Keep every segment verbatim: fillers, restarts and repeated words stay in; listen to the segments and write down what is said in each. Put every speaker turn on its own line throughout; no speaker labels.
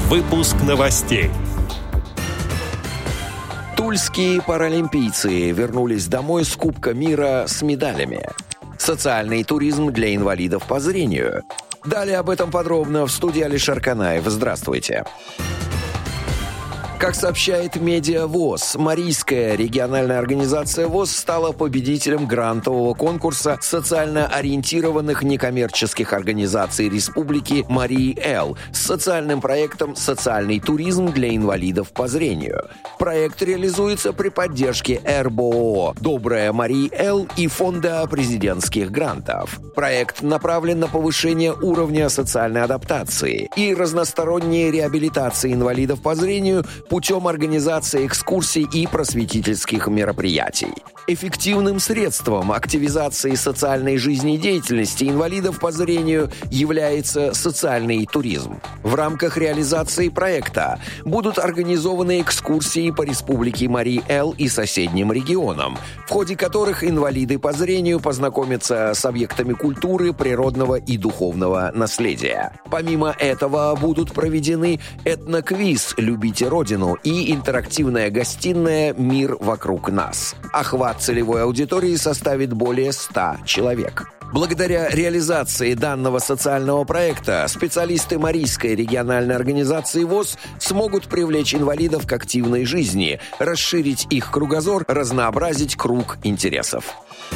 Выпуск новостей.
Тульские паралимпийцы вернулись домой с Кубка мира с медалями. Социальный туризм для инвалидов по зрению. Далее об этом подробно в студии Алишер Канаев. Здравствуйте. Как сообщает Медиавоз, Марийская региональная организация ВОС стала победителем грантового конкурса социально ориентированных некоммерческих организаций Республики Марий-Эл с социальным проектом «Социальный туризм для инвалидов по зрению». Проект реализуется при поддержке эр бэ о о «Добрая Марий-Эл» и Фонда президентских грантов. Проект направлен на повышение уровня социальной адаптации и разносторонней реабилитации инвалидов по зрению путем организации экскурсий и просветительских мероприятий. Эффективным средством активизации социальной жизнедеятельности инвалидов по зрению является социальный туризм. В рамках реализации проекта будут организованы экскурсии по Республике Марий-Эл и соседним регионам, в ходе которых инвалиды по зрению познакомятся с объектами культуры, природного и духовного наследия. Помимо этого будут проведены этноквиз «Любите Родину» и интерактивная гостиная «Мир вокруг нас». Охват целевой аудитории составит более ста человек. Благодаря реализации данного социального проекта специалисты Марийской региональной организации ВОС смогут привлечь инвалидов к активной жизни, расширить их кругозор, разнообразить круг интересов.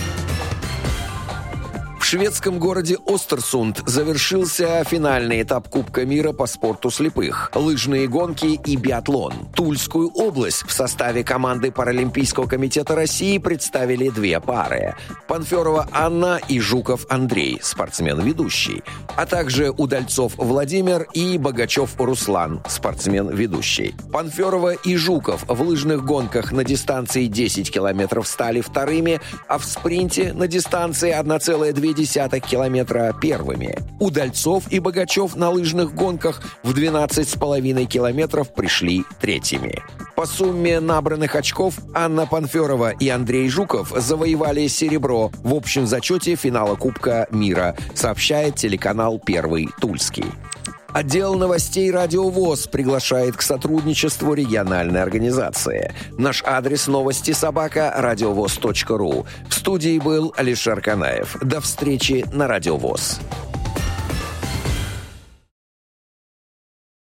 В шведском городе Остерсунд завершился финальный этап Кубка мира по спорту слепых, лыжные гонки и биатлон. Тульскую область в составе команды Паралимпийского комитета России представили две пары – Панферова Анна и Жуков Андрей, спортсмен-ведущий, а также Удальцов Владимир и Богачев Руслан, спортсмен-ведущий. Панферова и Жуков в лыжных гонках на дистанции десять километров стали вторыми, а в спринте на дистанции одна целая две десятых километра первыми. Удальцов и Богачев на лыжных гонках в двенадцать с половиной километров пришли третьими. По сумме набранных очков Анна Панферова и Андрей Жуков завоевали серебро в общем зачете финала Кубка мира, сообщает телеканал «Первый Тульский». Отдел новостей Радио ВОС приглашает к сотрудничеству региональной организации. Наш адрес новости собака радиовоз точка ру. В студии был Алишер Канаев. До встречи на Радио ВОС.